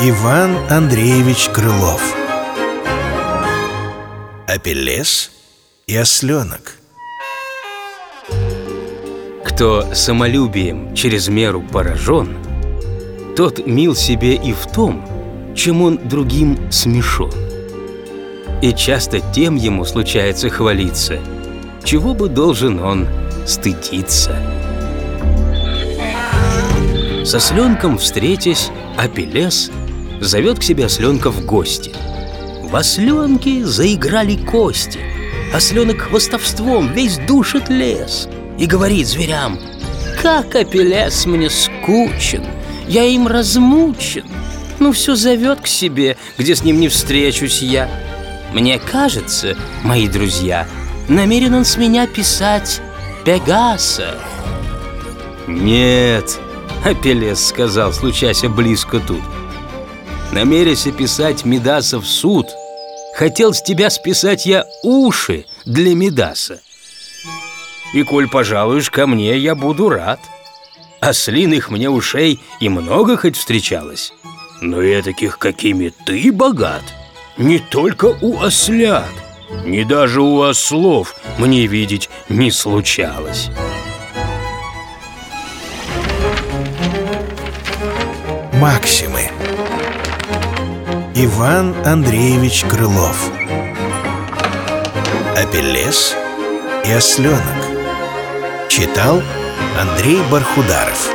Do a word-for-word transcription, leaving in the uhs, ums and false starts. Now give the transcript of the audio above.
Иван Андреевич Крылов. Апеллес и осленок. Кто самолюбием через меру поражен, тот мил себе и в том, чем он другим смешон. И часто тем ему случается хвалиться, чего бы должен он стыдиться. С осленком встретясь, Апеллес зовет к себе осленка в гости. В осленке заиграли кости. Осленок хвостовством весь душит лес и говорит зверям: «Как Апеллес мне скучен, я им размучен. Ну все зовет к себе, где с ним не встречусь я. Мне кажется, мои друзья, намерен он с меня писать Пегаса». «Нет», — Апеллес сказал, случайся близко тут, намерясь писать Мидаса в суд, хотел с тебя списать я уши для Мидаса. И коль пожалуешь ко мне, я буду рад. Ослиных мне ушей и много хоть встречалось, но и таких, какими ты богат, не только у ослят, ни даже у ослов мне видеть не случалось. Максимы. Иван Андреевич Крылов. Апеллес и осленок. Читал Андрей Бархударов.